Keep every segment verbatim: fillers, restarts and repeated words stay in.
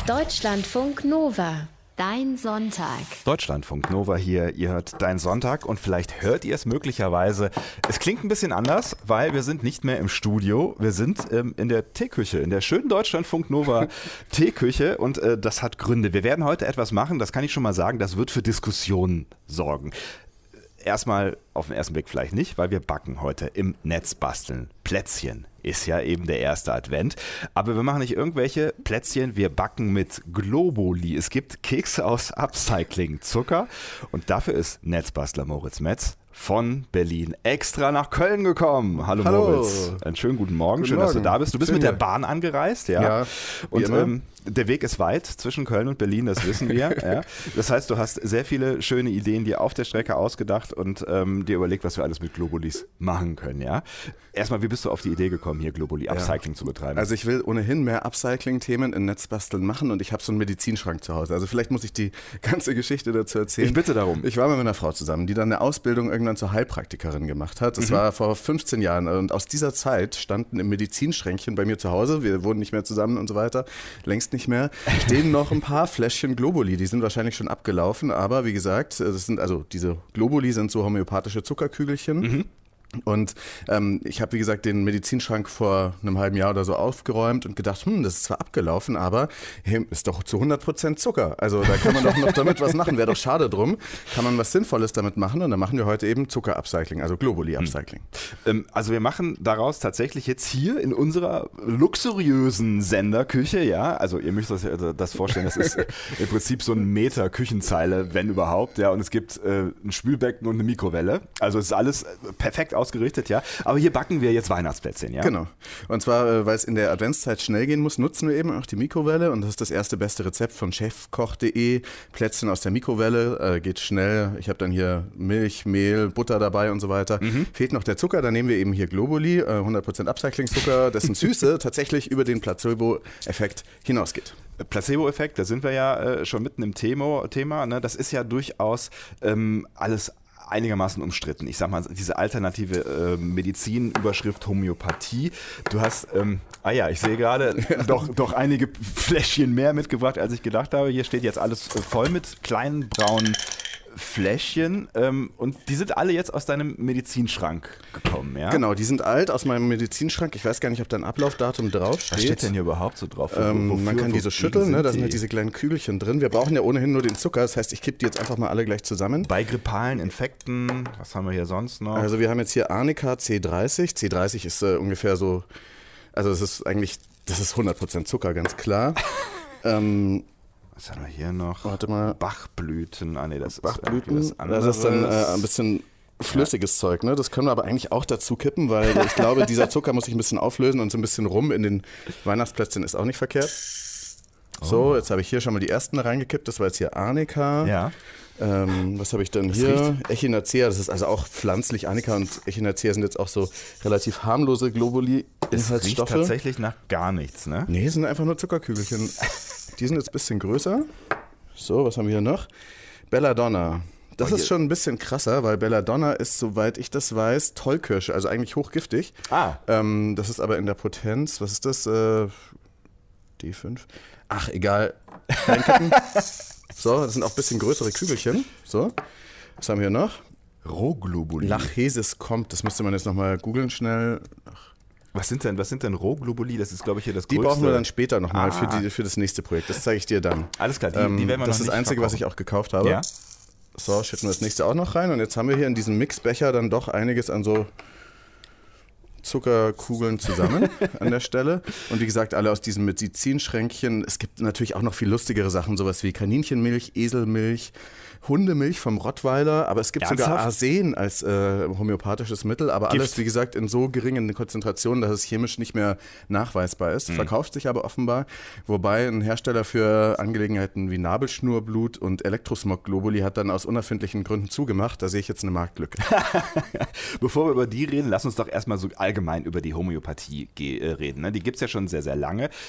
Deutschlandfunk Nova. Dein Sonntag. Deutschlandfunk Nova hier, ihr hört Dein Sonntag und vielleicht hört ihr es möglicherweise. Es klingt ein bisschen anders, weil wir sind nicht mehr im Studio, wir sind ähm, in der Teeküche, in der schönen Deutschlandfunk Nova Teeküche und äh, das hat Gründe. Wir werden heute etwas machen, das kann ich schon mal sagen, das wird für Diskussionen sorgen. Erstmal auf den ersten Blick vielleicht nicht, weil wir backen heute im Netz basteln. Plätzchen ist ja eben der erste Advent. Aber wir machen nicht irgendwelche Plätzchen, wir backen mit Globuli. Es gibt Kekse aus Upcycling-Zucker und dafür ist Netzbastler Moritz Metz von Berlin extra nach Köln gekommen. Hallo, Hallo. Moritz. Einen schönen guten Morgen. Guten Schön, Morgen. dass du da bist. Du bist Schön mit der hier. Bahn angereist, ja. Ja, wie und immer. ähm, der Weg ist weit zwischen Köln und Berlin, das wissen wir. ja. Das heißt, du hast sehr viele schöne Ideen dir auf der Strecke ausgedacht und ähm, dir überlegt, was wir alles mit Globulis machen können, ja. Erstmal, wie bist du auf die Idee gekommen, hier Globuli Upcycling ja. zu betreiben? Also ich will ohnehin mehr Upcycling-Themen in Netzbasteln machen und ich habe so einen Medizinschrank zu Hause. Also vielleicht muss ich die ganze Geschichte dazu erzählen. Ich bitte darum. Ich war mit meiner Frau zusammen, die dann eine Ausbildung irgendwann zur Heilpraktikerin gemacht hat. Das mhm. war vor fünfzehn Jahren und aus dieser Zeit standen im Medizinschränkchen bei mir zu Hause, wir wohnen nicht mehr zusammen und so weiter, längst nicht mehr, stehen noch ein paar Fläschchen Globuli. Die sind wahrscheinlich schon abgelaufen, aber wie gesagt, das sind also diese Globuli sind so homöopathische Zuckerkügelchen. Mhm. Und ähm, ich habe, wie gesagt, den Medizinschrank vor einem halben Jahr oder so aufgeräumt und gedacht, hm, das ist zwar abgelaufen, aber hey, ist doch zu hundert Prozent Zucker. Also da kann man doch noch damit was machen, wäre doch schade drum. Kann man was Sinnvolles damit machen und dann machen wir heute eben Zucker-Upcycling, also Globuli-Upcycling. Hm. Ähm, also wir machen daraus tatsächlich jetzt hier in unserer luxuriösen Senderküche, ja, also ihr müsst euch das, das vorstellen, das ist im Prinzip so ein Meter Küchenzeile, wenn überhaupt, ja, und es gibt äh, ein Spülbecken und eine Mikrowelle. Also es ist alles perfekt ausgerichtet, ja. Aber hier backen wir jetzt Weihnachtsplätzchen, ja? Genau. Und zwar, weil es in der Adventszeit schnell gehen muss, nutzen wir eben auch die Mikrowelle und das ist das erste beste Rezept von chefkoch punkt de. Plätzchen aus der Mikrowelle, äh, geht schnell. Ich habe dann hier Milch, Mehl, Butter dabei und so weiter. Mhm. Fehlt noch der Zucker, dann nehmen wir eben hier Globuli, äh, hundert Prozent Upcycling-Zucker, dessen Süße tatsächlich über den Placebo-Effekt hinausgeht. Placebo-Effekt, da sind wir ja äh, schon mitten im Thema, Thema ne? Das ist ja durchaus ähm, alles einigermaßen umstritten. Ich sag mal, diese alternative äh, Medizinüberschrift Homöopathie. Du hast, ähm, ah ja, ich sehe gerade, doch, doch einige Fläschchen mehr mitgebracht, als ich gedacht habe. Hier steht jetzt alles voll mit kleinen braunen Fläschchen ähm, und die sind alle jetzt aus deinem Medizinschrank gekommen, ja? Genau, die sind alt aus meinem Medizinschrank. Ich weiß gar nicht, ob da ein Ablaufdatum draufsteht. Was steht denn hier überhaupt so drauf? Ähm, Wofür, man kann die so schütteln, ne? Da sind die? halt diese kleinen Kügelchen drin. Wir brauchen ja ohnehin nur den Zucker, das heißt, ich kippe die jetzt einfach mal alle gleich zusammen. Bei grippalen Infekten, was haben wir hier sonst noch? Also wir haben jetzt hier Arnika C dreißig. C dreißig ist äh, ungefähr so, also es ist eigentlich, das ist hundert Prozent Zucker, ganz klar. ähm, Was haben wir hier noch? Warte mal. Bachblüten. Ah, nee, das Bachblüten, ist das ist dann äh, ein bisschen flüssiges ja. Zeug, ne? Das können wir aber eigentlich auch dazu kippen, weil ich glaube, dieser Zucker muss sich ein bisschen auflösen und so ein bisschen rum in den Weihnachtsplätzchen ist auch nicht verkehrt. Oh. So, jetzt habe ich hier schon mal die ersten reingekippt. Das war jetzt hier Arnika. Ja. Ähm, was habe ich denn das hier? Echinacea, das ist also auch pflanzlich. Arnika und Echinacea sind jetzt auch so relativ harmlose Globuli-Inhaltsstoffe. Es riecht tatsächlich nach gar nichts, ne? Nee, es sind einfach nur Zuckerkügelchen. Die sind jetzt ein bisschen größer. So, was haben wir hier noch? Belladonna. Das oh, ist schon ein bisschen krasser, weil Belladonna ist, soweit ich das weiß, Tollkirsche, also eigentlich hochgiftig. Ah. Ähm, das ist aber in der Potenz, was ist das? Äh, D fünf. Ach, egal. Reinkippen. So, das sind auch ein bisschen größere Kügelchen. So, was haben wir noch? Rohglobuli. Lachesis kommt, das müsste man jetzt nochmal googeln schnell. Ach. Was sind denn, was sind denn Rohglobuli? Das ist, glaube ich, hier das die größte. Die brauchen wir dann später nochmal ah. für, für das nächste Projekt. Das zeige ich dir dann. Alles klar, die, ähm, die werden wir das noch ist nicht das Einzige, verkaufen. was ich auch gekauft habe. Ja? So, schütten wir das nächste auch noch rein. Und jetzt haben wir hier in diesem Mixbecher dann doch einiges an so Zuckerkugeln zusammen an der Stelle. Und wie gesagt, alle aus diesem Medizinschränkchen. Es gibt natürlich auch noch viel lustigere Sachen, sowas wie Kaninchenmilch, Eselmilch, Hundemilch vom Rottweiler, aber es gibt Ernsthaft? sogar Arsen als äh, homöopathisches Mittel, aber Gift. alles, wie gesagt, in so geringen Konzentrationen, dass es chemisch nicht mehr nachweisbar ist, mhm. verkauft sich aber offenbar, wobei ein Hersteller für Angelegenheiten wie Nabelschnurblut und Elektrosmog-Globuli hat dann aus unerfindlichen Gründen zugemacht, da sehe ich jetzt eine Marktlücke. Bevor wir über die reden, lass uns doch erstmal so allgemein über die Homöopathie ge- äh, reden. Ne? Die gibt es ja schon sehr, sehr lange.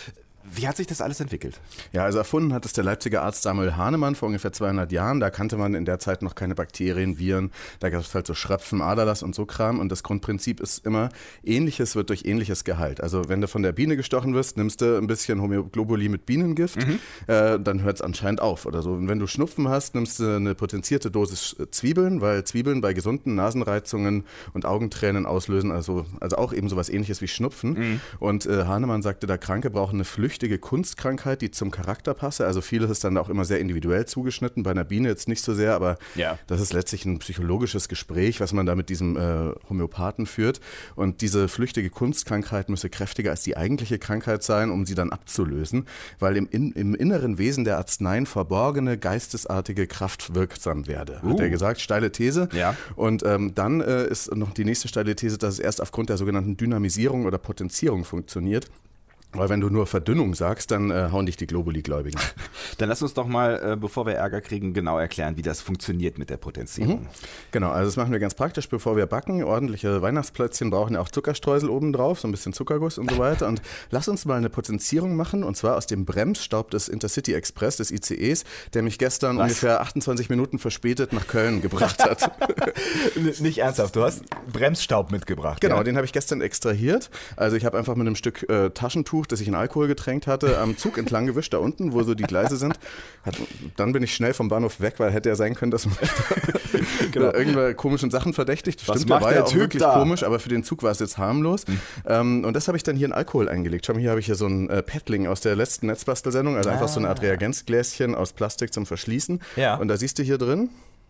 Wie hat sich das alles entwickelt? Ja, also erfunden hat es der Leipziger Arzt Samuel Hahnemann vor ungefähr zweihundert Jahren. Da kannte man in der Zeit noch keine Bakterien, Viren. Da gab es halt so Schröpfen, Aderlass und so Kram. Und das Grundprinzip ist immer, Ähnliches wird durch Ähnliches geheilt. Also wenn du von der Biene gestochen wirst, nimmst du ein bisschen Homöoglobuli mit Bienengift, mhm. äh, dann hört es anscheinend auf oder so. Und wenn du Schnupfen hast, nimmst du eine potenzierte Dosis Zwiebeln, weil Zwiebeln bei gesunden Nasenreizungen und Augentränen auslösen, also, also auch eben sowas Ähnliches wie Schnupfen. Mhm. Und äh, Hahnemann sagte, da Kranke brauchen eine flüchtige Kunstkrankheit, die zum Charakter passe. Also vieles ist dann auch immer sehr individuell zugeschnitten, bei einer Biene jetzt nicht so sehr, aber ja. das ist letztlich ein psychologisches Gespräch, was man da mit diesem äh, Homöopathen führt. Und diese flüchtige Kunstkrankheit müsse kräftiger als die eigentliche Krankheit sein, um sie dann abzulösen, weil im, in, im inneren Wesen der Arzneien verborgene, geistesartige Kraft wirksam werde, uh. hat er gesagt. Steile These. Ja. Und ähm, dann äh, ist noch die nächste steile These, dass es erst aufgrund der sogenannten Dynamisierung oder Potenzierung funktioniert. Weil wenn du nur Verdünnung sagst, dann äh, hauen dich die Globuli-Gläubigen. Dann lass uns doch mal, äh, bevor wir Ärger kriegen, genau erklären, wie das funktioniert mit der Potenzierung. Mhm. Genau, also das machen wir ganz praktisch, bevor wir backen. Ordentliche Weihnachtsplätzchen brauchen ja auch Zuckerstreusel obendrauf, so ein bisschen Zuckerguss und so weiter. Und lass uns mal eine Potenzierung machen, und zwar aus dem Bremsstaub des Intercity Express, des I C Es, der mich gestern Was? ungefähr achtundzwanzig Minuten verspätet nach Köln gebracht hat. Nicht ernsthaft, du hast Bremsstaub mitgebracht. Genau, ja? Den habe ich gestern extrahiert. Also ich habe einfach mit einem Stück äh, Taschentuch, das ich in Alkohol getränkt hatte, am Zug entlang gewischt, da unten, wo so die Gleise sind. Hat, dann bin ich schnell vom Bahnhof weg, weil hätte ja sein können, dass man genau. irgendwelche komischen Sachen verdächtigt. Was Stimmt, macht der war der ja auch Typ wirklich da? komisch, aber für den Zug war es jetzt harmlos. Mhm. Ähm, und das habe ich dann hier in Alkohol eingelegt. Schau mal, hier habe ich hier so ein äh, Paddling aus der letzten Netzbastelsendung, also ah. einfach so eine Art Reagenzgläschen aus Plastik zum Verschließen. Ja. Und da siehst du hier drin,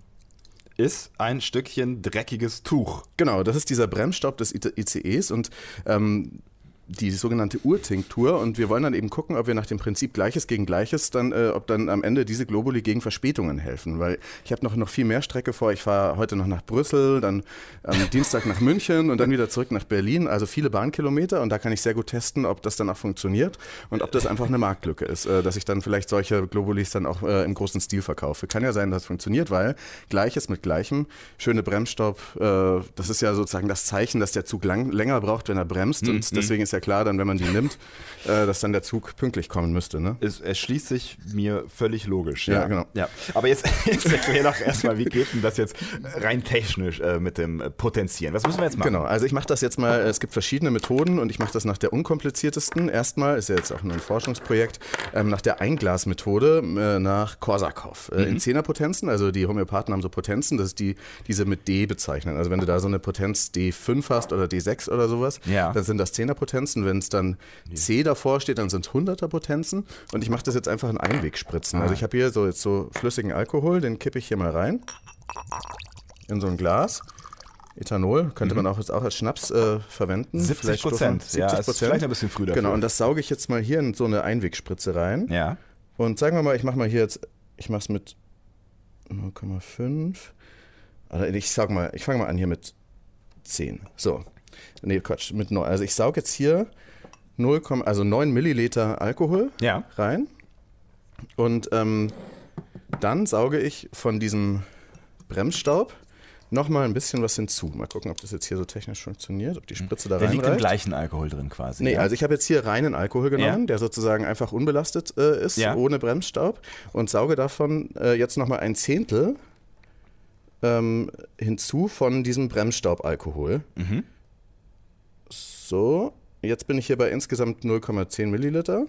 ist ein Stückchen dreckiges Tuch. Genau, das ist dieser Bremsstaub des I C Es und ähm, die sogenannte Urtinktur, und wir wollen dann eben gucken, ob wir nach dem Prinzip Gleiches gegen Gleiches dann, äh, ob dann am Ende diese Globuli gegen Verspätungen helfen, weil ich habe noch, noch viel mehr Strecke vor. Ich fahre heute noch nach Brüssel, dann am Dienstag nach München und dann wieder zurück nach Berlin, also viele Bahnkilometer, und da kann ich sehr gut testen, ob das dann auch funktioniert und ob das einfach eine Marktlücke ist, äh, dass ich dann vielleicht solche Globulis dann auch äh, im großen Stil verkaufe. Kann ja sein, dass es funktioniert, weil Gleiches mit Gleichem, schöne Bremsstaub, äh, das ist ja sozusagen das Zeichen, dass der Zug lang, länger braucht, wenn er bremst, mhm. und deswegen ist ja klar, dann, wenn man die nimmt, äh, dass dann der Zug pünktlich kommen müsste. Ne? Es erschließt sich mir völlig logisch. Ja, ja genau. Ja. Aber jetzt, jetzt erklär doch erstmal, wie geht denn das jetzt rein technisch äh, mit dem Potenzieren? Was müssen wir jetzt machen? Genau, also ich mache das jetzt mal, es gibt verschiedene Methoden und ich mache das nach der unkompliziertesten. Erstmal, ist ja jetzt auch nur ein Forschungsprojekt, ähm, nach der Einglasmethode äh, nach Korsakow. Äh, mhm. In Zehnerpotenzen, also die Homöopathen haben so Potenzen, das ist die, diese mit D bezeichnen. Also wenn du da so eine Potenz D fünf hast oder D sechs oder sowas, ja. dann sind das Zehnerpotenzen. Wenn es dann C davor steht, dann sind es Hunderterpotenzen. Und ich mache das jetzt einfach in Einwegspritzen. Also ich habe hier so jetzt so flüssigen Alkohol, den kippe ich hier mal rein in so ein Glas. Ethanol könnte mhm. man auch, jetzt auch als Schnaps äh, verwenden. siebzig Prozent, ja, ist vielleicht ein bisschen früh dafür. Genau, und das sauge ich jetzt mal hier in so eine Einwegspritze rein. Ja. Und sagen wir mal, ich mache mal hier jetzt, ich mache es mit null Komma fünf. Also ich sag mal, ich fange mal an hier mit zehn. So. Nee, Quatsch, mit neun. Also ich sauge jetzt hier null, also neun Milliliter Alkohol ja. rein. Und ähm, dann sauge ich von diesem Bremsstaub nochmal ein bisschen was hinzu. Mal gucken, ob das jetzt hier so technisch funktioniert, ob die Spritze da reinreicht. Der liegt im gleichen Alkohol drin quasi. Nee, ja? also ich habe jetzt hier reinen Alkohol genommen, ja. der sozusagen einfach unbelastet äh, ist, ja. ohne Bremsstaub, und sauge davon äh, jetzt nochmal ein Zehntel ähm, hinzu von diesem Bremsstaubalkohol. Mhm. So, jetzt bin ich hier bei insgesamt null Komma zehn Milliliter.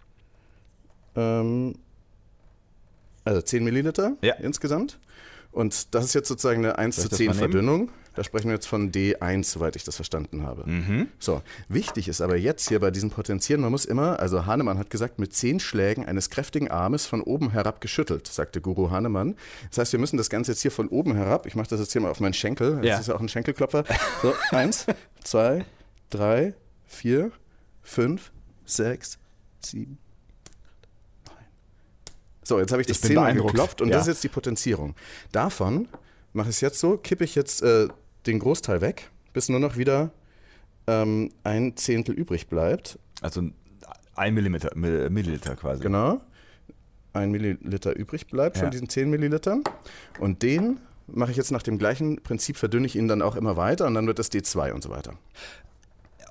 Ähm, also zehn Milliliter ja. insgesamt. Und das ist jetzt sozusagen eine eins zu zehn Verdünnung. Da sprechen wir jetzt von D eins, soweit ich das verstanden habe. Mhm. So, wichtig ist aber jetzt hier bei diesem Potenzieren, man muss immer, also Hahnemann hat gesagt, mit zehn Schlägen eines kräftigen Armes von oben herab geschüttelt, sagte Guru Hahnemann. Das heißt, wir müssen das Ganze jetzt hier von oben herab, ich mache das jetzt hier mal auf meinen Schenkel, das ja. ist ja auch ein Schenkelklopfer. So, eins, zwei, drei, vier, fünf, sechs, sieben. So, jetzt habe ich das ich zehnmal geklopft und ja. das ist jetzt die Potenzierung. Davon mache ich es jetzt so, kippe ich jetzt äh, den Großteil weg, bis nur noch wieder ähm, ein Zehntel übrig bleibt. Also ein Millimeter, Milliliter quasi. Genau, ein Milliliter übrig bleibt ja. von diesen zehn Millilitern. Und den mache ich jetzt nach dem gleichen Prinzip, verdünne ich ihn dann auch immer weiter und dann wird das D zwei und so weiter.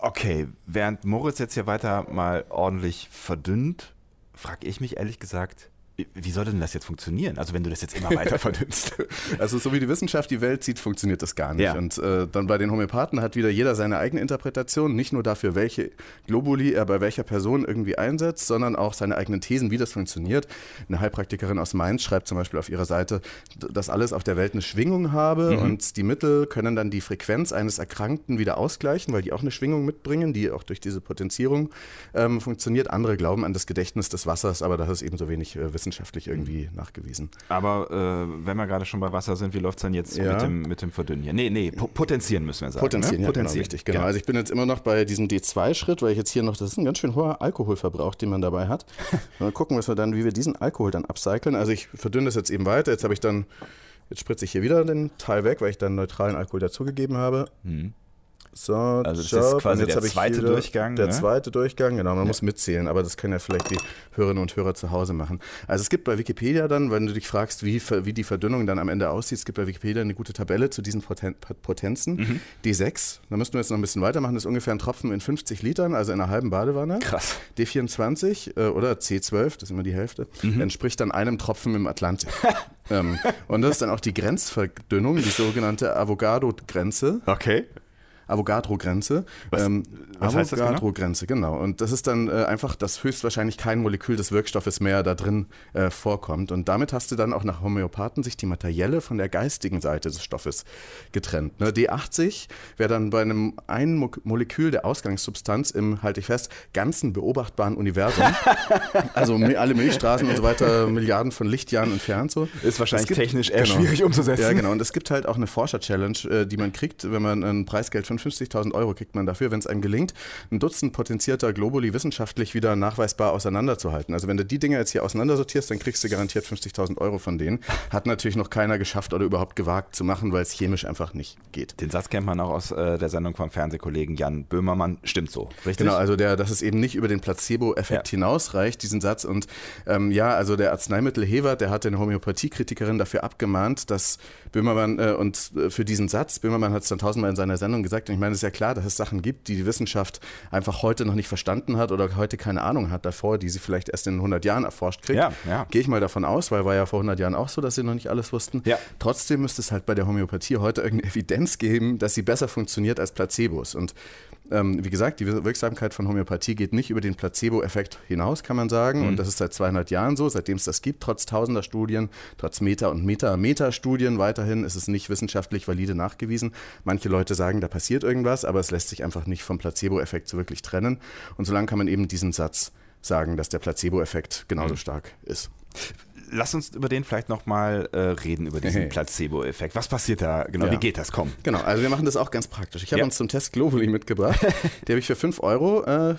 Okay, während Moritz jetzt hier weiter mal ordentlich verdünnt, frage ich mich ehrlich gesagt, wie soll denn das jetzt funktionieren? Also wenn du das jetzt immer weiter verdünnst. Also so wie die Wissenschaft die Welt sieht, funktioniert das gar nicht. Ja. Und äh, dann bei den Homöopathen hat wieder jeder seine eigene Interpretation, nicht nur dafür, welche Globuli er bei welcher Person irgendwie einsetzt, sondern auch seine eigenen Thesen, wie das funktioniert. Eine Heilpraktikerin aus Mainz schreibt zum Beispiel auf ihrer Seite, dass alles auf der Welt eine Schwingung habe, mhm. und die Mittel können dann die Frequenz eines Erkrankten wieder ausgleichen, weil die auch eine Schwingung mitbringen, die auch durch diese Potenzierung ähm, funktioniert. Andere glauben an das Gedächtnis des Wassers, aber das ist eben so wenig äh, wissenschaftlich irgendwie nachgewiesen. Aber äh, wenn wir gerade schon bei Wasser sind, wie läuft es dann jetzt ja. mit, dem, mit dem Verdünnen hier? Nee, nee, po- potenzieren müssen wir sagen. Potenzieren, ne? ja, Potenzieren. genau, richtig, genau. Ja. Also ich bin jetzt immer noch bei diesem D zwei Schritt, weil ich jetzt hier noch, das ist ein ganz schön hoher Alkoholverbrauch, den man dabei hat. Mal gucken, was wir dann, wie wir diesen Alkohol dann upcyclen. Also ich verdünne das jetzt eben weiter. Jetzt habe ich dann, jetzt spritze ich hier wieder den Teil weg, weil ich dann neutralen Alkohol dazugegeben habe. Hm. So, also das job. ist quasi jetzt der zweite Durchgang. Der ne? zweite Durchgang, genau, man ja. muss mitzählen, aber das können ja vielleicht die Hörerinnen und Hörer zu Hause machen. Also es gibt bei Wikipedia dann, wenn du dich fragst, wie, wie die Verdünnung dann am Ende aussieht, es gibt bei Wikipedia eine gute Tabelle zu diesen Poten- Potenzen. Mhm. D sechs, da müssten wir jetzt noch ein bisschen weitermachen, das ist ungefähr ein Tropfen in fünfzig Litern, also in einer halben Badewanne. Krass. D vierundzwanzig äh, oder C zwölf, das ist immer die Hälfte, mhm. entspricht dann einem Tropfen im Atlantik. ähm, und das ist dann auch die Grenzverdünnung, die sogenannte Avogadro-Grenze. Okay. Avogadro-Grenze. Was, ähm, was heißt das genau? Avogadro-Grenze, genau. Und das ist dann äh, einfach, dass höchstwahrscheinlich kein Molekül des Wirkstoffes mehr da drin äh, vorkommt. Und damit hast du dann auch nach Homöopathen sich die materielle von der geistigen Seite des Stoffes getrennt. Ne? D achtzig wäre dann bei einem einen Mo- Molekül der Ausgangssubstanz im, halte ich fest, ganzen beobachtbaren Universum. Also alle Milchstraßen und so weiter, Milliarden von Lichtjahren entfernt. So. Ist wahrscheinlich gibt, technisch eher genau. schwierig umzusetzen. Ja, genau. Und es gibt halt auch eine Forscher-Challenge, äh, die man kriegt, wenn man ein Preisgeld von fünfzigtausend Euro kriegt man dafür, wenn es einem gelingt, ein Dutzend potenzierter Globuli wissenschaftlich wieder nachweisbar auseinanderzuhalten. Also wenn du die Dinger jetzt hier auseinandersortierst, dann kriegst du garantiert fünfzigtausend Euro von denen. Hat natürlich noch keiner geschafft oder überhaupt gewagt zu machen, weil es chemisch einfach nicht geht. Den Satz kennt man auch aus äh, der Sendung vom Fernsehkollegen Jan Böhmermann. Stimmt so, richtig? Genau, also der, dass es eben nicht über den Placebo-Effekt ja. hinausreicht, diesen Satz. Und ähm, ja, also der Arzneimittelheber, der hat eine Homöopathiekritikerin dafür abgemahnt, dass Böhmermann äh, und äh, für diesen Satz, Böhmermann hat es dann tausendmal in seiner Sendung gesagt, und ich meine, es ist ja klar, dass es Sachen gibt, die die Wissenschaft einfach heute noch nicht verstanden hat oder heute keine Ahnung hat davor, die sie vielleicht erst in hundert Jahren erforscht kriegt. Ja, ja. Gehe ich mal davon aus, weil war ja vor hundert Jahren auch so, dass sie noch nicht alles wussten. Ja. Trotzdem müsste es halt bei der Homöopathie heute irgendeine Evidenz geben, dass sie besser funktioniert als Placebos. Und ähm, wie gesagt, die Wirksamkeit von Homöopathie geht nicht über den Placebo-Effekt hinaus, kann man sagen. Mhm. Und das ist seit zweihundert Jahren so, seitdem es das gibt, trotz tausender Studien, trotz Meta- und Meta-Meta-Studien weiterhin ist es nicht wissenschaftlich valide nachgewiesen. Manche Leute sagen, da passiert irgendwas, aber es lässt sich einfach nicht vom Placebo-Effekt so wirklich trennen. Und solange kann man eben diesen Satz sagen, dass der Placebo-Effekt genauso mhm. stark ist. Lass uns über den vielleicht nochmal äh, reden, über diesen hey. Placebo-Effekt. Was passiert da genau? Ja. Wie geht das? Komm. Genau, also wir machen das auch ganz praktisch. Ich habe ja. uns zum Test Globuli mitgebracht. Die habe ich für fünf Euro äh,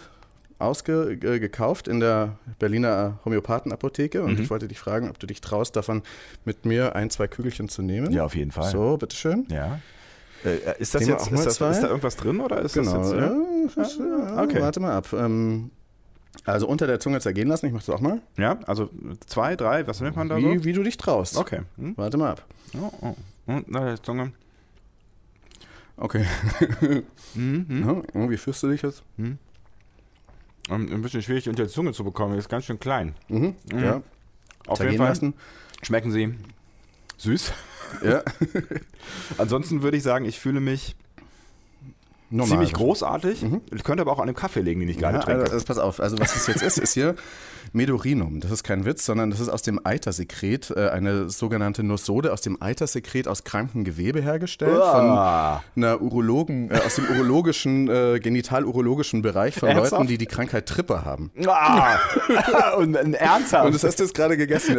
ausgekauft in der Berliner Homöopathenapotheke. Und mhm. ich wollte dich fragen, ob du dich traust, davon mit mir ein, zwei Kügelchen zu nehmen. Ja, auf jeden Fall. So, bitteschön. Ja. Äh, ist das jetzt, ist, das, ist da irgendwas drin oder ist genau, das jetzt? Ja, das ist, ja, okay. Warte mal ab. Ähm, Also unter der Zunge zergehen lassen, ich mache das auch mal. Ja, also zwei, drei, was nimmt man da wie, so? Wie du dich traust. Okay. Hm. Warte mal ab. Oh, oh. Und na, der Zunge. Okay. Mhm, mhm. Ja, wie fühlst du dich jetzt? Mhm. Ein bisschen schwierig unter die Zunge zu bekommen, ist ganz schön klein. Mhm. Mhm. Ja. Auf zergehen jeden Fall lassen. Schmecken sie süß. Ja. Ansonsten würde ich sagen, ich fühle mich Normal. Ziemlich großartig. Mhm. Ich könnte aber auch an dem Kaffee legen, den ich gerade ja, trinke. Also, pass auf, also was es jetzt ist, ist hier Medurinum. Das ist kein Witz, sondern das ist aus dem Eitersekret, äh, eine sogenannte Nosode aus dem Eitersekret aus krankem Gewebe hergestellt. Uah. Von einer Urologen, äh, aus dem urologischen, äh, genital-urologischen Bereich von Ernsthaft? Leuten, die die Krankheit Tripper haben. Ah. Und ein ernsthaft. Und das hast du jetzt gerade gegessen.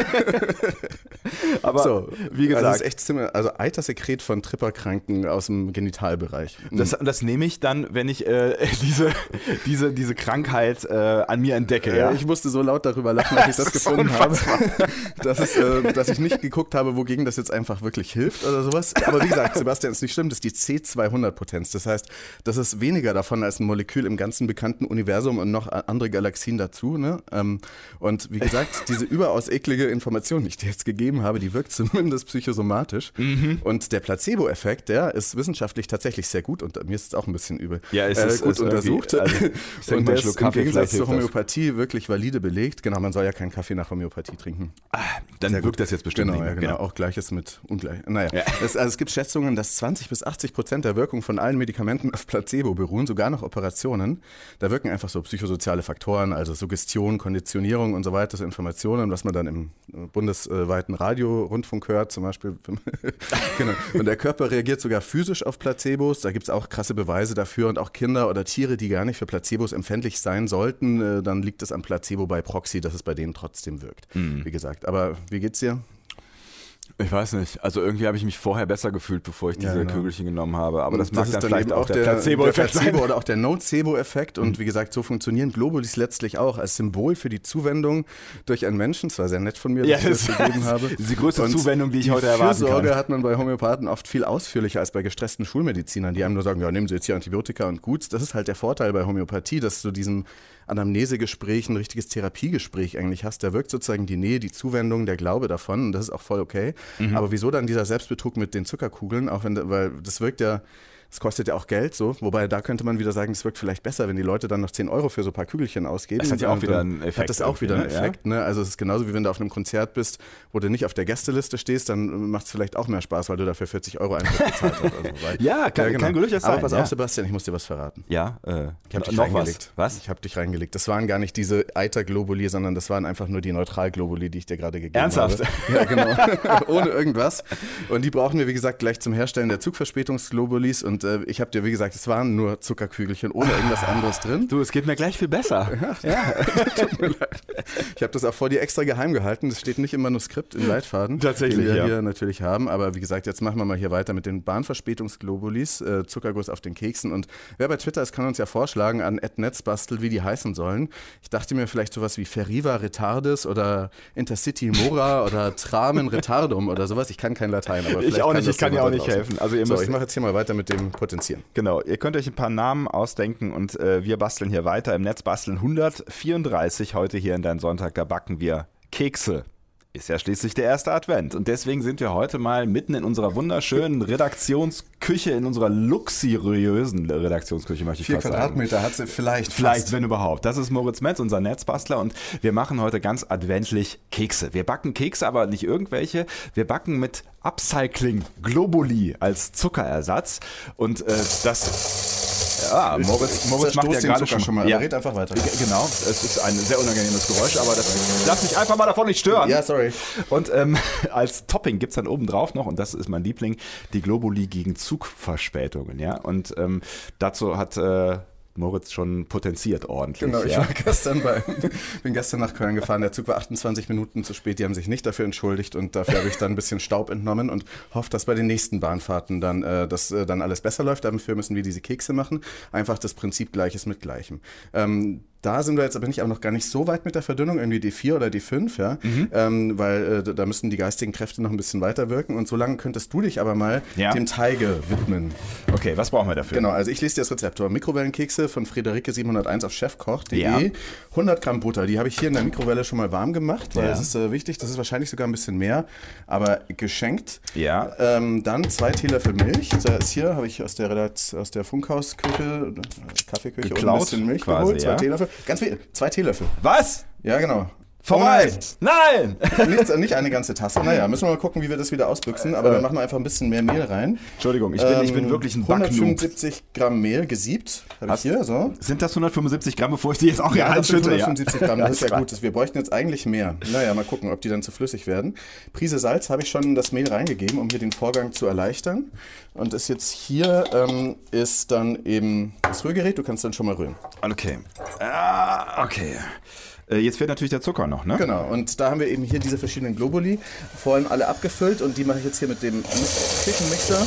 Aber so, wie gesagt. Also, das ist echt ziemlich, also Eitersekret von Tripperkranken aus dem Genitalbereich. Das, das nehme ich dann, wenn ich äh, diese, diese, diese Krankheit äh, an mir entdecke. Ja? Ich musste so laut darüber lachen, als ich das, das gefunden habe, dass, es, äh, dass ich nicht geguckt habe, wogegen das jetzt einfach wirklich hilft oder sowas. Aber wie gesagt, Sebastian, ist nicht schlimm, das ist die C zweihundert Potenz. Das heißt, das ist weniger davon als ein Molekül im ganzen bekannten Universum und noch andere Galaxien dazu. Ne? Und wie gesagt, diese überaus eklige Information, die ich dir jetzt gegeben habe, die wirkt zumindest psychosomatisch. Mhm. Und der Placebo-Effekt, der ist wissenschaftlich tatsächlich sehr gut und mir ist es auch ein bisschen übel. Ja, es ist äh, gut ist untersucht. Also, und der ist im Gegensatz zur Homöopathie das. wirklich valide belegt. Genau, man soll ja keinen Kaffee nach Homöopathie trinken. Ah, dann sehr wirkt gut. das jetzt bestimmt genau, nicht. Ja, genau, genau, auch Gleiches mit Ungleich. Naja, ja. es, also es gibt Schätzungen, dass zwanzig bis achtzig Prozent der Wirkung von allen Medikamenten auf Placebo beruhen, sogar noch Operationen. Da wirken einfach so psychosoziale Faktoren, also Suggestion, Konditionierung und so weiter, so Informationen, was man dann im bundesweiten Radiorundfunk hört, zum Beispiel. Genau. Und der Körper reagiert sogar physisch auf Placebos. Da gibt es auch krasse Beweise dafür. Und auch Kinder oder Tiere, die gar nicht für Placebos empfänglich sein sollten, dann liegt es am Placebo bei Proxy, dass es bei denen trotzdem wirkt. Mhm. Wie gesagt. Aber wie geht's dir? Ich weiß nicht. Also irgendwie habe ich mich vorher besser gefühlt, bevor ich diese ja, genau. Kügelchen genommen habe. Aber das, das mag dann, dann vielleicht auch der, der Placebo-Effekt der Placebo oder auch der Nocebo-Effekt. Und mhm. wie gesagt, so funktionieren Globulis letztlich auch als Symbol für die Zuwendung durch einen Menschen. Das war sehr nett von mir, dass ja, ich das, das gegeben habe. Das ist die größte und Zuwendung, die ich heute erwarten kann. Die Fürsorge hat man bei Homöopathen oft viel ausführlicher als bei gestressten Schulmedizinern, die einem nur sagen, ja, nehmen Sie jetzt hier Antibiotika und gut. Das ist halt der Vorteil bei Homöopathie, dass du diesem Anamnesegespräch, ein richtiges Therapiegespräch eigentlich hast. Da wirkt sozusagen die Nähe, die Zuwendung, der Glaube davon und das ist auch voll okay. Mhm. Aber wieso dann dieser Selbstbetrug mit den Zuckerkugeln? Auch wenn, weil das wirkt ja, das kostet ja auch Geld so, wobei da könnte man wieder sagen, es wirkt vielleicht besser, wenn die Leute dann noch zehn Euro für so ein paar Kügelchen ausgeben. Das hat ja auch wieder einen Effekt. Hat das auch wieder einen Effekt. Ne? Also es ist genauso wie wenn du auf einem Konzert bist, wo du nicht auf der Gästeliste stehst, dann macht es vielleicht auch mehr Spaß, weil du dafür vierzig Euro Eintritt bezahlt hast. Also, weil, ja, kann, ja, genau. kann gut sein. Aber pass ja. auf, Sebastian, ich muss dir was verraten. Ja, äh, ich habe dich noch reingelegt. Was? was? Ich habe dich reingelegt. Das waren gar nicht diese Eiter-Globuli, sondern das waren einfach nur die Neutral-Globuli, die ich dir gerade gegeben Ernsthaft? habe. Ernsthaft? Ja, genau. Ohne irgendwas. Und die brauchen wir, wie gesagt, gleich zum Herstellen der Zugverspätungsglobulis. Und äh, ich habe dir, wie gesagt, es waren nur Zuckerkügelchen ohne irgendwas anderes drin. Du, es geht mir gleich viel besser. Ja, ja. Tut mir leid. Ich habe das auch vor dir extra geheim gehalten. Das steht nicht im Manuskript, im Leitfaden. Tatsächlich, den wir ja. hier natürlich haben. Aber wie gesagt, jetzt machen wir mal hier weiter mit den Bahnverspätungsglobulis, äh, Zuckerguss auf den Keksen. Und wer bei Twitter ist, kann uns ja vorschlagen an at netzbastel, wie die heißen sollen. Ich dachte mir vielleicht sowas wie Feriva Retardis oder Intercity Mora oder Tramen Retardum oder sowas. Ich kann kein Latein, aber vielleicht ich auch nicht. kann ich kann dir auch nicht helfen. Also ihr so, müsst ich mache jetzt hier mal weiter mit dem Potenzieren. Genau. Ihr könnt euch ein paar Namen ausdenken und äh, wir basteln hier weiter. Im Netz basteln hundertvierunddreißig heute hier in Dein Sonntag. Da backen wir Kekse. Ist ja schließlich der erste Advent. Und deswegen sind wir heute mal mitten in unserer wunderschönen Redaktionsküche, in unserer luxuriösen Redaktionsküche, möchte ich Vier fast sagen. Quadratmeter hat sie vielleicht. Vielleicht, fast. wenn überhaupt. Das ist Moritz Metz, unser Netzbastler. Und wir machen heute ganz adventlich Kekse. Wir backen Kekse, aber nicht irgendwelche. Wir backen mit Upcycling Globuli als Zuckerersatz. Und äh, das... Ja, Moritz, Moritz macht ja gerade schon, schon mal. Ja. Red einfach weiter. Genau, es ist ein sehr unangenehmes Geräusch, aber das darf mich einfach mal davon nicht stören. Ja, sorry. Und ähm, als Topping gibt es dann oben drauf noch, und das ist mein Liebling, die Globuli gegen Zugverspätungen. Ja? Und ähm, dazu hat... Äh, Moritz schon potenziert ordentlich. Genau, ich ja. war gestern bei, bin gestern nach Köln gefahren, der Zug war achtundzwanzig Minuten zu spät, die haben sich nicht dafür entschuldigt und dafür habe ich dann ein bisschen Staub entnommen und hoffe, dass bei den nächsten Bahnfahrten dann, äh, dass, äh, dann alles besser läuft. Dafür müssen wir diese Kekse machen, einfach das Prinzip Gleiches mit Gleichem. Ähm, Da sind wir jetzt, bin ich aber noch gar nicht so weit mit der Verdünnung, irgendwie D vier oder D fünf, ja, mhm. ähm, weil äh, da müssen die geistigen Kräfte noch ein bisschen weiter wirken und so lange könntest du dich aber mal ja. dem Teige widmen. Okay, was brauchen wir dafür? Genau, also ich lese dir das Rezept vor. Mikrowellenkekse von Friederike siebenhunderteins auf chefkoch punkt de, ja. hundert Gramm Butter, die habe ich hier in der Mikrowelle schon mal warm gemacht, weil ja. das ist äh, wichtig, das ist wahrscheinlich sogar ein bisschen mehr, aber geschenkt. Ja. Ähm, dann zwei Teelöffel Milch, da ist hier, habe ich aus der, Redakt- aus der Funkhausküche, Kaffeeküche, geklaut, und ein bisschen Milch quasi, geholt, zwei ja. Teelöffel, ganz viel, zwei Teelöffel. Was? Ja, genau. Vorbei! Nein! Nicht, nicht eine ganze Tasse. Naja, müssen wir mal gucken, wie wir das wieder ausbüchsen. Aber dann machen wir einfach ein bisschen mehr Mehl rein. Entschuldigung, ich bin, ähm, ich bin wirklich ein Backnoob. hundertfünfundsiebzig Gramm Mehl gesiebt. Habe ich hier, so. Sind das hundertfünfundsiebzig Gramm, bevor ich die jetzt auch hier ja, reinschütte? hundertfünfundsiebzig Ja. Gramm, das ist ja gut. Wir bräuchten jetzt eigentlich mehr. Naja, mal gucken, ob die dann zu flüssig werden. Prise Salz habe ich schon in das Mehl reingegeben, um hier den Vorgang zu erleichtern. Und ist jetzt hier ähm, ist dann eben das Rührgerät. Du kannst dann schon mal rühren. Okay. Ah, okay. Jetzt fehlt natürlich der Zucker noch, ne? Genau, und da haben wir eben hier diese verschiedenen Globuli, vorhin alle abgefüllt und die mache ich jetzt hier mit dem Küchenmixer.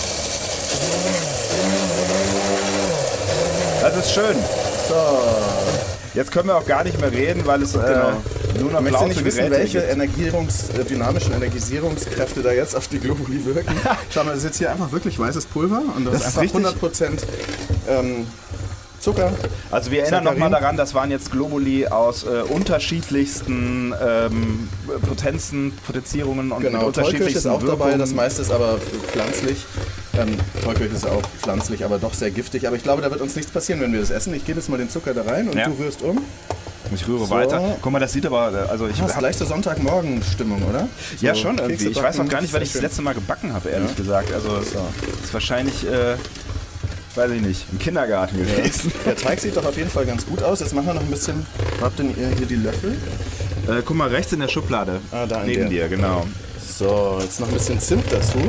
Das ist schön. So. Jetzt können wir auch gar nicht mehr reden, weil es genau. äh, nur noch Möchtest du nicht wissen, Geräte welche gibt. Energierungs-, äh, dynamischen Energisierungskräfte da jetzt auf die Globuli wirken? Schau mal, das ist jetzt hier einfach wirklich weißes Pulver und das, das ist einfach ist hundert Prozent ähm, Zucker. Also wir erinnern Saccharin. nochmal daran, das waren jetzt Globuli aus äh, unterschiedlichsten ähm, Potenzen, Potenzierungen und Genau, mit Tollkirsch unterschiedlichsten ist auch Wirkungen. dabei, das meiste ist aber pflanzlich. Ähm, Tollkirsch ist auch pflanzlich, aber doch sehr giftig. Aber ich glaube, da wird uns nichts passieren, wenn wir das essen. Ich gebe jetzt mal den Zucker da rein und Ja. du rührst um. Ich rühre So. weiter. Guck mal, das sieht aber, also ich Das ist leichte Sonntagmorgen-Stimmung, oder? So ja schon irgendwie. Kekse Ich weiß noch backen, gar nicht, wann ich sehr das letzte Mal gebacken habe, ehrlich Ja. gesagt. Also das ist wahrscheinlich, äh, weiß ich nicht, im Kindergarten gewesen. schön. Der Teig sieht doch auf jeden Fall ganz gut aus. Jetzt machen wir noch ein bisschen. Wo habt denn ihr hier die Löffel? Äh, guck mal, rechts in der Schublade. Ah, da in Neben der. dir, genau. So, jetzt noch ein bisschen Zimt dazu.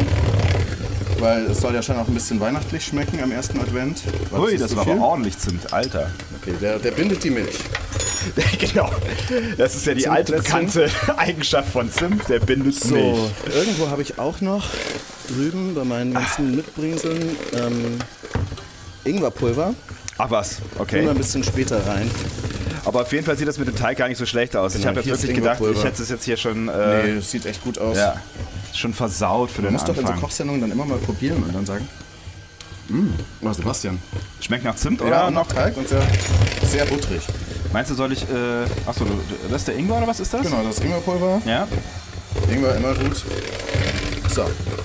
Weil es soll ja schon auch ein bisschen weihnachtlich schmecken am ersten Advent. Was Ui, ist das so war viel? aber ordentlich Zimt, Alter. Okay, der, der bindet die Milch. Genau. Das ist ja die alte Zimtplätzchen. bekannte Eigenschaft von Zimt, der bindet So, Milch. irgendwo habe ich auch noch drüben bei meinen ganzen Mitbringseln ähm, Ingwerpulver. Ach was, Tun okay. wir ein bisschen später rein. Aber auf jeden Fall sieht das mit dem Teig gar nicht so schlecht aus. Ich Genau, habe jetzt hier ist wirklich gedacht, ich Ingwerpulver. hätte es jetzt hier schon äh, Nee, das sieht echt gut aus. ja, schon versaut für Man den muss doch in so Anfang. Kochsendungen dann immer mal probieren und dann sagen, mm, was Sebastian? Schmeckt nach Zimt Ja, oder und noch Teig und sehr, sehr butterig. Meinst du, soll ich, äh, achso, du- das ist der Ingwer oder was ist das? Genau, das Ingwerpulver. Ja. Ingwer immer gut. So,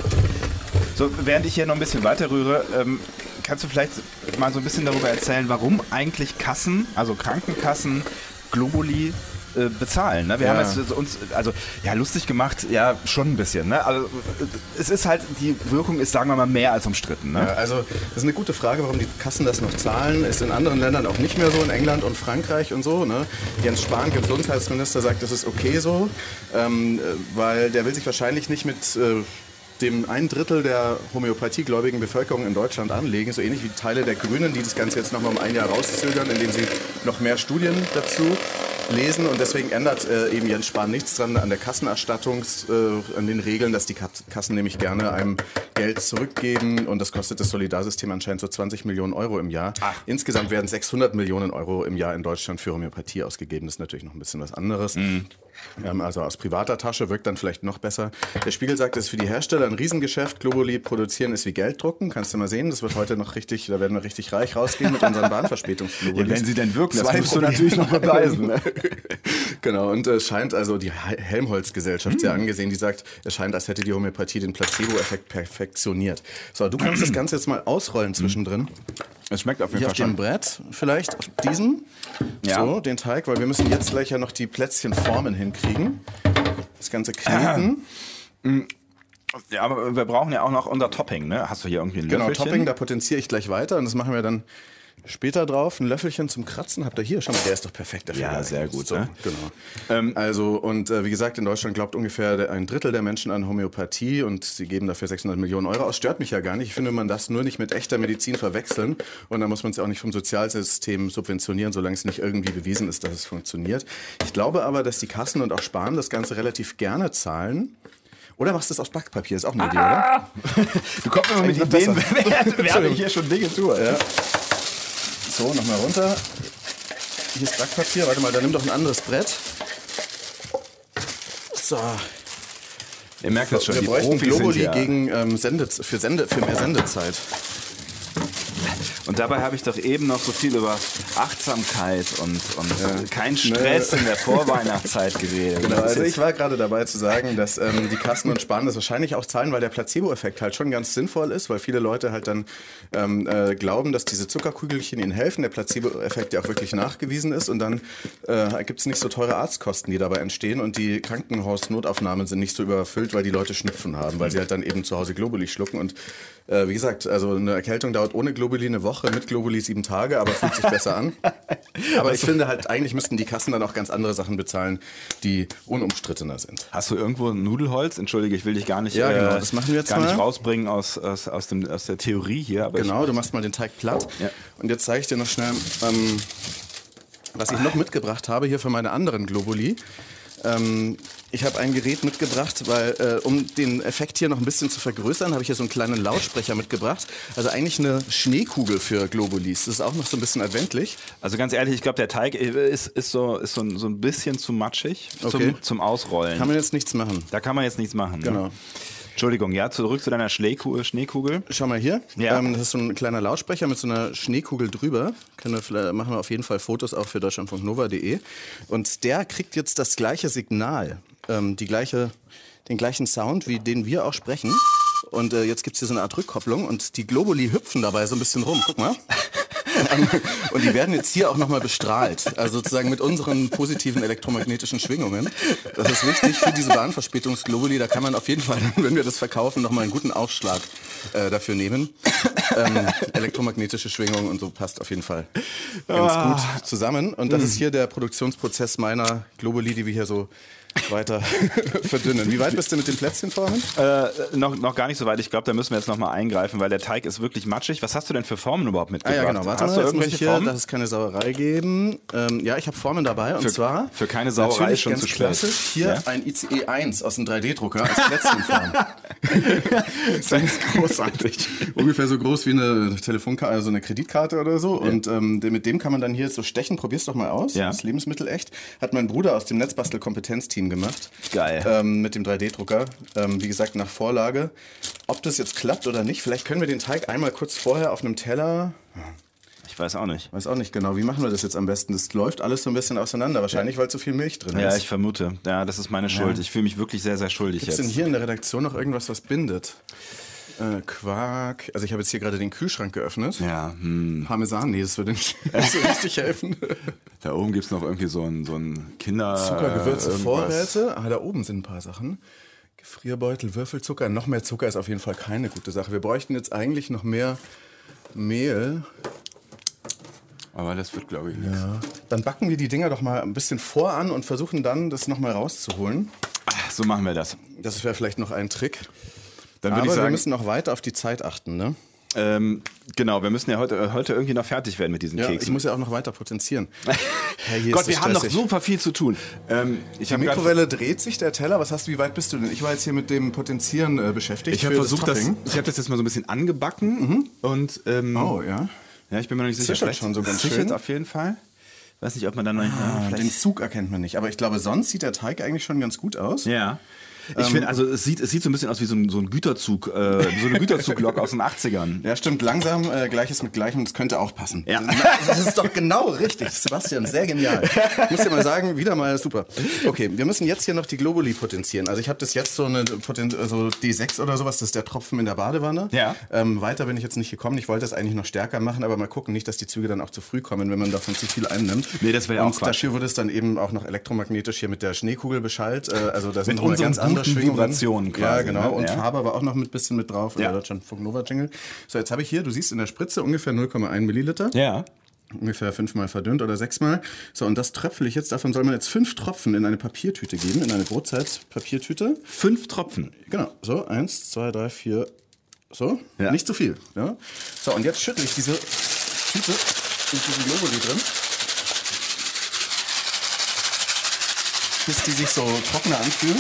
So, während ich hier noch ein bisschen weiter rühre, ähm, kannst du vielleicht mal so ein bisschen darüber erzählen, warum eigentlich Kassen, also Krankenkassen, Globuli äh, bezahlen. Ne? Wir Ja. haben jetzt uns, also ja, lustig gemacht, ja, schon ein bisschen. Ne? Also, äh, es ist halt, die Wirkung ist, sagen wir mal, mehr als umstritten. Ne? ja, also das ist eine gute Frage, warum die Kassen das noch zahlen. Ist in anderen Ländern auch nicht mehr so, in England und Frankreich und so. Ne? Jens Spahn, Gesundheitsminister, sagt, das ist okay so, ähm, weil der will sich wahrscheinlich nicht mit äh, dem ein Drittel der homöopathiegläubigen Bevölkerung in Deutschland anlegen, so ähnlich wie Teile der Grünen, die das Ganze jetzt noch mal um ein Jahr rauszögern, indem sie noch mehr Studien dazu lesen. Und deswegen ändert äh, eben Jens Spahn nichts dran an der Kassenerstattungs, äh, an den Regeln, dass die Kassen nämlich gerne einem Geld zurückgeben. Und das kostet das Solidarsystem anscheinend so zwanzig Millionen Euro im Jahr. Ach. Insgesamt werden sechshundert Millionen Euro im Jahr in Deutschland für Homöopathie ausgegeben. Das ist natürlich noch ein bisschen was anderes. Mhm. Ähm, also aus privater Tasche wirkt dann vielleicht noch besser. Der Spiegel sagt, es ist für die Hersteller ein Riesengeschäft. Globuli produzieren ist wie Geld drucken. Kannst du mal sehen, das wird heute noch richtig, da werden wir richtig reich rausgehen mit unseren Bahnverspätungsglobulis. Ja, wenn sie denn wirken, das Zwei musst du Probleme. natürlich noch beweisen. Ne? Genau, und es scheint also die He- Helmholtz-Gesellschaft sehr angesehen, die sagt, es scheint, als hätte die Homöopathie den Placebo-Effekt perfektioniert. So, du kannst das Ganze jetzt mal ausrollen zwischendrin. Es schmeckt auf jeden Hier Fall auf dem schon. Brett, vielleicht auf diesem. Ja. So, den Teig, weil wir müssen jetzt gleich ja noch die Plätzchenformen hinkriegen. Das Ganze kneten. Ja, aber wir brauchen ja auch noch unser Topping, ne? Hast du hier irgendwie ein Genau, Löffelchen? Topping, da potenziere ich gleich weiter und das machen wir dann später drauf. Ein Löffelchen zum Kratzen habt ihr hier. Schau mal, der ist doch perfekt dafür. Ja, geeignet. sehr gut, So, ne? genau. Ähm, Also, und äh, wie gesagt, in Deutschland glaubt ungefähr der- ein Drittel der Menschen an Homöopathie und sie geben dafür sechshundert Millionen Euro aus. Stört mich ja gar nicht. Ich finde, man darf es nur nicht mit echter Medizin verwechseln und da muss man es auch nicht vom Sozialsystem subventionieren, solange es nicht irgendwie bewiesen ist, dass es funktioniert. Ich glaube aber, dass die Kassen und auch Sparen das Ganze relativ gerne zahlen. Oder machst du es aus Backpapier? Ist auch eine Idee, oder? Du kommst immer mit Eigentlich Ideen, besser. während während ich hier schon Dinge tue. Ja. So, nochmal runter. Hier ist Backpapier. Warte mal, da nimm doch ein anderes Brett. So. Ihr merkt das schon, Wir die bräuchten Profis sind Globuli ja. gegen ähm, Sende, für, Sende, für mehr Sendezeit. Und dabei habe ich doch eben noch so viel über Achtsamkeit und, und Ja. kein Stress Ne. in der Vorweihnachtszeit geredet. Genau, Das ist also jetzt- ich war gerade dabei zu sagen, dass ähm, die Kassen und Sparen das wahrscheinlich auch zahlen, weil der Placebo-Effekt halt schon ganz sinnvoll ist, weil viele Leute halt dann ähm, äh, glauben, dass diese Zuckerkügelchen ihnen helfen, der Placebo-Effekt ja auch wirklich nachgewiesen ist und dann äh, gibt es nicht so teure Arztkosten, die dabei entstehen und die Krankenhausnotaufnahmen sind nicht so überfüllt, weil die Leute Schnupfen haben, weil sie halt dann eben zu Hause Globuli schlucken und äh, wie gesagt, also eine Erkältung dauert ohne Globuli eine Woche, mit Globuli sieben Tage, aber fühlt sich besser an. Aber ich finde halt, eigentlich müssten die Kassen dann auch ganz andere Sachen bezahlen, die unumstrittener sind. Hast du irgendwo ein Nudelholz? Entschuldige, ich will dich gar nicht, Ja, genau, äh, das machen wir jetzt gar nicht mal. rausbringen aus, aus, aus, dem, aus der Theorie hier. Aber Genau, du machst mal den Teig platt. Ja. Und jetzt zeige ich dir noch schnell, ähm, was ich noch mitgebracht habe hier für meine anderen Globuli. Ähm, ich habe ein Gerät mitgebracht, weil äh, um den Effekt hier noch ein bisschen zu vergrößern, habe ich hier so einen kleinen Lautsprecher mitgebracht. Also eigentlich eine Schneekugel für Globulis. Das ist auch noch so ein bisschen adventlich. Ich, also ganz ehrlich, ich glaube, der Teig ist, ist, so, ist so, ein, so ein bisschen zu matschig Okay. zum, zum Ausrollen. Kann man jetzt nichts machen. da kann man jetzt nichts machen. Genau. Ne? Entschuldigung, ja, zurück zu deiner Schneekugel. Schneekugel. Schau mal hier. Ja. Ähm, das ist so ein kleiner Lautsprecher mit so einer Schneekugel drüber. Können wir, machen wir auf jeden Fall Fotos auch für deutschlandfunk nova punkt de. Und der kriegt jetzt das gleiche Signal, ähm, die gleiche, den gleichen Sound, wie den wir auch sprechen. Und äh, jetzt gibt es hier so eine Art Rückkopplung und die Globuli hüpfen dabei so ein bisschen rum. Guck mal. Und die werden jetzt hier auch nochmal bestrahlt. Also sozusagen mit unseren positiven elektromagnetischen Schwingungen. Das ist wichtig für diese Bahnverspätungsglobuli. Da kann man auf jeden Fall, wenn wir das verkaufen, nochmal einen guten Aufschlag äh, dafür nehmen. Ähm, elektromagnetische Schwingungen und so passt auf jeden Fall ganz Ah. gut zusammen. Und das ist hier der Produktionsprozess meiner Globuli, die wir hier so weiter verdünnen. Wie weit bist du mit den Plätzchen vorhin? Äh, noch, noch gar nicht so weit. Ich glaube, da müssen wir jetzt noch mal eingreifen, weil der Teig ist wirklich matschig. Was hast du denn für Formen überhaupt Ah mitgebracht? ja, genau. Warte hast mal, du jetzt muss irgendwelche ich hier, Formen? dass es keine Sauerei geben. Ähm, ja, ich habe Formen dabei und Für- zwar für keine Sauerei natürlich ist schon ganz zu spät. klassisch hier Ja? ein I C E eins aus dem drei D-Drucker als Plätzchenform. Das ist großartig. Ungefähr so groß wie eine Telefonkarte, also eine Kreditkarte oder so. Und ähm, de- mit dem kann man dann hier so stechen. Probier's doch mal aus. Ja. Das ist Lebensmittel echt. Hat mein Bruder aus dem Netzbastel-Kompetenzteam gemacht. Geil. Ähm, mit dem drei D-Drucker. Ähm, wie gesagt, nach Vorlage. Ob das jetzt klappt oder nicht, vielleicht können wir den Teig einmal kurz vorher auf einem Teller. Ich weiß auch nicht. Weiß auch nicht genau, wie machen wir das jetzt am besten? Das läuft alles so ein bisschen auseinander, wahrscheinlich, weil zu viel Milch drin Ja, ist. ich vermute. Ja, das ist meine Schuld. Ich fühle mich wirklich sehr, sehr schuldig Gibt es denn jetzt. hier in der Redaktion noch irgendwas, was bindet? Äh, Quark. Also ich habe jetzt hier gerade den Kühlschrank geöffnet. Ja, hm. Parmesan, nee, das würde nicht so richtig helfen. Da oben gibt es noch irgendwie so ein, so ein Kinder... Zucker, Gewürze, äh, irgendwas. Vorräte. Ah, da oben sind ein paar Sachen. Gefrierbeutel, Würfelzucker. Noch mehr Zucker ist auf jeden Fall keine gute Sache. Wir bräuchten jetzt eigentlich noch mehr Mehl. Aber das wird, glaube ich, nichts. Ja. Dann backen wir die Dinger doch mal ein bisschen voran und versuchen dann, das nochmal rauszuholen. Ach, so machen wir das. Das wäre vielleicht noch ein Trick. Dann Aber würde ich wir sagen, müssen noch weiter auf die Zeit achten, ne? ähm, genau, wir müssen ja heute, heute irgendwie noch fertig werden mit diesen Ja, ich Keksen. muss ja auch noch weiter potenzieren. Hey, hier Gott, ist wir es haben noch stressig. super viel zu tun. Ähm, ich Die habe grad- Mikrowelle dreht sich, der Teller. Was hast du, wie weit bist du denn? Ich war jetzt hier mit dem Potenzieren äh, beschäftigt. Ich habe für versucht, das, Topping. ich habe das jetzt mal so ein bisschen angebacken und ähm, Oh, ja. ja, ich bin mir noch nicht sicher. Zischelt Vielleicht schon so ganz zischelt schön. auf jeden Fall. Weiß nicht, ob man dann noch Ah, ja, den vielleicht. Zug erkennt man nicht. Aber ich glaube, sonst sieht der Teig eigentlich schon ganz gut aus. Ja. Ich finde, also es sieht, es sieht so ein bisschen aus wie so ein, so ein Güterzug, äh, so eine Güterzuglok aus den achtzigern. Ja, stimmt. Langsam, äh, Gleiches mit Gleichem, das könnte auch passen. Ja. Das ist doch genau richtig. Sebastian, sehr genial. Ich muss dir mal sagen, wieder mal super. Okay, wir müssen jetzt hier noch die Globuli potenzieren. Also ich habe das jetzt so eine Poten so D sechs oder sowas, das ist der Tropfen in der Badewanne. Ja. Ähm, weiter bin ich jetzt nicht gekommen. Ich wollte das eigentlich noch stärker machen, aber mal gucken, nicht, dass die Züge dann auch zu früh kommen, wenn man davon zu viel einnimmt. Nee, das wäre ja auch Und Quatsch. dafür wurde es dann eben auch noch elektromagnetisch hier mit der Schneekugel beschallt. Äh, also da sind Mit nochmal unseren ganz andere guten Schwingungen. Vibrationen Ja, quasi, genau. ne? Und Ja. Farbe war auch noch mit bisschen mit drauf. Ja. Ja. Deutschlandfunk Nova Jingle. So, jetzt habe ich hier, du siehst in der Spritze ungefähr null Komma eins Milliliter. Ja. Ungefähr fünfmal verdünnt oder sechsmal. So, und das tröpfel ich jetzt. Davon soll man jetzt fünf Tropfen in eine Papiertüte geben, in eine Brotzeit-Papiertüte. Fünf Tropfen. Genau. So, eins, zwei, drei, vier. So. Ja. Nicht zu viel. Ja. So, und jetzt schüttle ich diese Tüte mit diesem Globuli drin. Bis die sich so trockener anfühlen.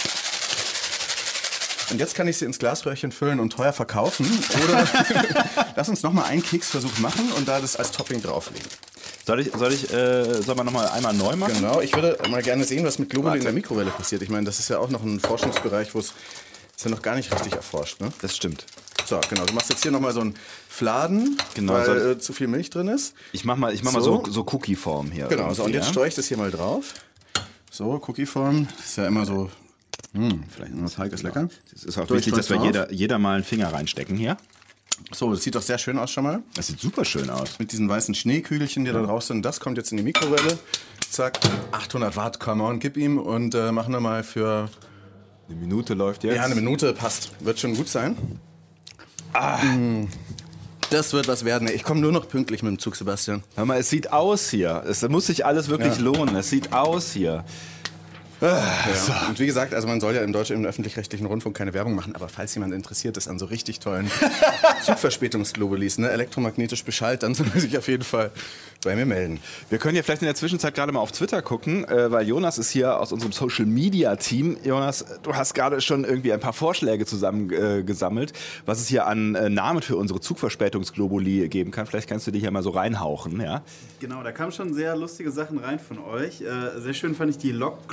Und jetzt kann ich sie ins Glasröhrchen füllen und teuer verkaufen. Oder lass uns nochmal einen Keksversuch machen und da das als Topping drauflegen. Soll ich, soll ich, äh, soll man nochmal einmal neu machen? Genau, ich würde mal gerne sehen, was mit Globuli Warte. in der Mikrowelle passiert. Ich meine, das ist ja auch noch ein Forschungsbereich, wo es ist ja noch gar nicht richtig erforscht. Ne? Das stimmt. So, genau. Du machst jetzt hier nochmal so einen Fladen, Genau, weil soll- äh, zu viel Milch drin ist. Ich mach mal, ich mach mal So. so, so Cookie-Form hier. Genau, so, und irgendwie, jetzt ja? streue ich das hier mal drauf. So, Cookie-Form. Das ist ja immer so. Hm, vielleicht der Teig ist lecker. Es ist auch So, ich wichtig, dass wir streue jeder, jeder mal einen Finger reinstecken hier. So, das sieht doch sehr schön aus schon mal. Das sieht super schön aus. Mit diesen weißen Schneekügelchen, die da drauf sind. Das kommt jetzt in die Mikrowelle. Zack, achthundert Watt, come on, gib ihm. Und äh, machen wir mal für Eine Minute läuft jetzt. ja, eine Minute, passt. Wird schon gut sein. Ah. Das wird was werden. Ich komme nur noch pünktlich mit dem Zug, Sebastian. Hör mal, es sieht aus hier. Es muss sich alles wirklich Ja. lohnen. Es sieht aus hier. Ja. Und wie gesagt, also man soll ja im deutschen, im öffentlich-rechtlichen Rundfunk keine Werbung machen, aber falls jemand interessiert ist an so richtig tollen Zugverspätungsglobulis, ne, elektromagnetisch beschallt, dann soll er sich auf jeden Fall bei mir melden. Wir können ja vielleicht in der Zwischenzeit gerade mal auf Twitter gucken, äh, weil Jonas ist hier aus unserem Social-Media-Team. Jonas, du hast gerade schon irgendwie ein paar Vorschläge zusammengesammelt, äh, gesammelt, was es hier an äh, Namen für unsere Zugverspätungsglobuli geben kann. Vielleicht kannst du die hier mal so reinhauchen, ja? Genau, da kamen schon sehr lustige Sachen rein von euch. Äh, sehr schön fand ich die Lok Glomo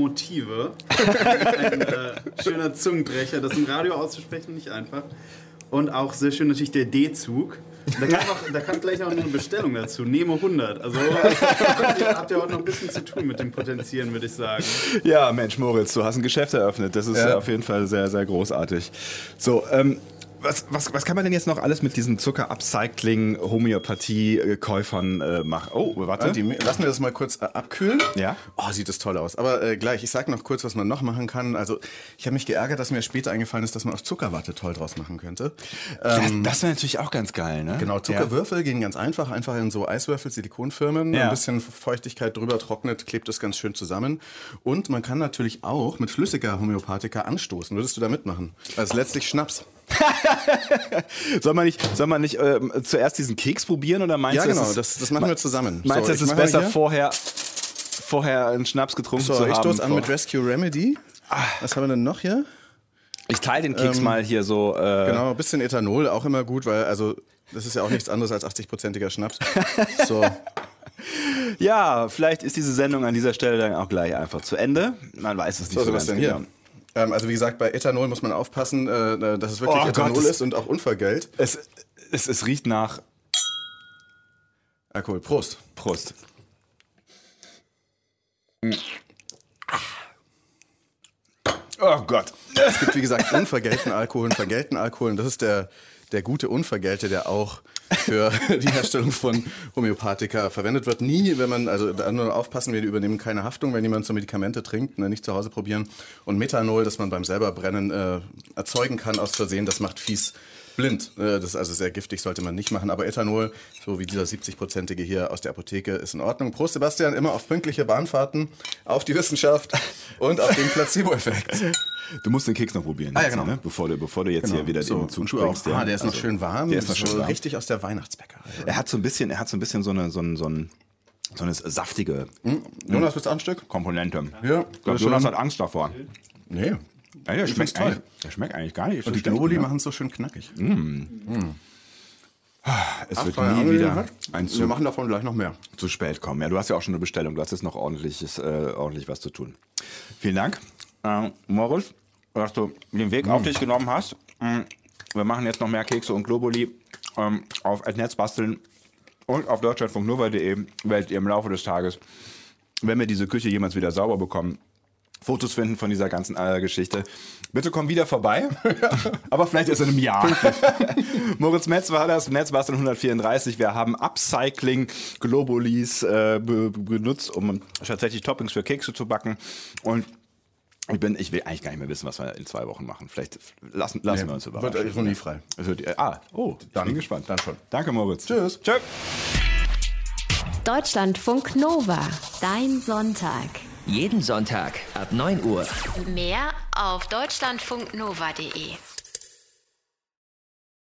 Lokomotive. Ein äh, schöner Zungenbrecher, das im Radio auszusprechen, nicht einfach. Und auch sehr schön natürlich der D-Zug. Da kam, auch, da kam gleich auch eine Bestellung dazu, Nemo hundert. Also habt ihr heute noch ein bisschen zu tun mit dem Potenzieren, würde ich sagen. Ja, Mensch, Moritz, du hast ein Geschäft eröffnet. Das ist ja. auf jeden Fall sehr, sehr großartig. So, ähm, Was, was, was kann man denn jetzt noch alles mit diesen Zucker-Upcycling, Homöopathie-Käufern äh, machen? Oh, warte. Ah, die, lassen wir das mal kurz äh, abkühlen. Ja. Oh, sieht das toll aus. Aber äh, gleich, ich sag noch kurz, was man noch machen kann. Also, ich habe mich geärgert, dass mir später eingefallen ist, dass man auch Zuckerwatte toll draus machen könnte. Ähm, das das wäre natürlich auch ganz geil, ne? Genau, Zuckerwürfel ja. gehen ganz einfach. Einfach in so Eiswürfel, Silikonfirmen. Ja. Ein bisschen Feuchtigkeit drüber trocknet, klebt das ganz schön zusammen. Und man kann natürlich auch mit flüssiger Homöopathika anstoßen. Würdest du da mitmachen? Also letztlich Schnaps. soll man nicht, soll man nicht äh, zuerst diesen Keks probieren oder meinst ja, du? Ja, genau, ist, das, das machen wir zusammen. Meinst du, so, es ist besser, vorher, vorher einen Schnaps getrunken so, zu haben? So, ich stoße an mit Rescue Remedy. Ah. Was haben wir denn noch hier? Ich teile den Keks ähm, mal hier so. Äh genau, ein bisschen Ethanol, auch immer gut, weil also das ist ja auch nichts anderes als achtzig-prozentiger Schnaps. So. Ja, vielleicht ist diese Sendung an dieser Stelle dann auch gleich einfach zu Ende. Man weiß es nicht so, so was denn hier? Also wie gesagt, bei Ethanol muss man aufpassen, äh, dass es wirklich oh Ethanol Gott, ist und auch Unvergällt. Es, es, es riecht nach Alkohol. Prost. Prost. Oh Gott. Es gibt wie gesagt unvergällten Alkohol und vergällten Alkohol. Und das ist der, der gute Unvergällte, der auch für die Herstellung von Homöopathika verwendet wird. Nie, wenn man, also da nur aufpassen, wir übernehmen keine Haftung, wenn jemand so Medikamente trinkt, ne, nicht zu Hause probieren. Und Methanol, das man beim selber brennen äh, erzeugen kann aus Versehen, das macht fies blind. Äh, das ist also sehr giftig, sollte man nicht machen. Aber Ethanol, so wie dieser siebzig-prozentige hier aus der Apotheke, ist in Ordnung. Prost, Sebastian, immer auf pünktliche Bahnfahrten, auf die Wissenschaft und auf den Placebo-Effekt. Du musst den Keks noch probieren, ah, jetzt, ja, genau. ne? bevor, du, bevor du jetzt genau. hier wieder so, den Zug springst. Ah, der ist also, noch schön warm. Der ist noch schön so warm. Richtig aus der Weihnachtsbäckerei. Er hat so ein bisschen, er hat so ein bisschen so eine, so ein, so ein, so eine saftige hm? Jonas, willst du ein Stück? Komponente. Ja. Ich glaube, Jonas hat Angst davor. Nee. Ja, der, schmeckt toll. der schmeckt eigentlich gar nicht. Und die Globuli machen es so schön knackig. Mm. Mm. Es Ach, wird nie wieder ein Wir machen davon gleich noch mehr. Zu spät kommen. Ja, du hast ja auch schon eine Bestellung. Du hast jetzt noch ordentliches, äh, ordentlich was zu tun. Vielen Dank, äh, Moritz, dass du den Weg mm. auf dich genommen hast. Mm. Wir machen jetzt noch mehr Kekse und Globuli ähm, auf Netzbasteln und auf deutschlandfunk nova punkt de werdet ihr im Laufe des Tages, wenn wir diese Küche jemals wieder sauber bekommen, Fotos finden von dieser ganzen äh, Geschichte. Bitte komm wieder vorbei. Aber vielleicht erst in einem Jahr. Moritz Metz war das, Netzbasteln hundertvierunddreißig. Wir haben Upcycling Globulis äh, be- benutzt, um tatsächlich Toppings für Kekse zu backen. Und ich, bin, ich will eigentlich gar nicht mehr wissen, was wir in zwei Wochen machen. Vielleicht lassen, lassen nee, wir uns überraschen. Wird ironiefrei. Also, ah, oh, dann, ich bin gespannt. Dann schon. Danke, Moritz. Tschüss. Tschö. Deutschlandfunk Nova, dein Sonntag. Jeden Sonntag ab neun Uhr. Mehr auf deutschlandfunknova punkt de.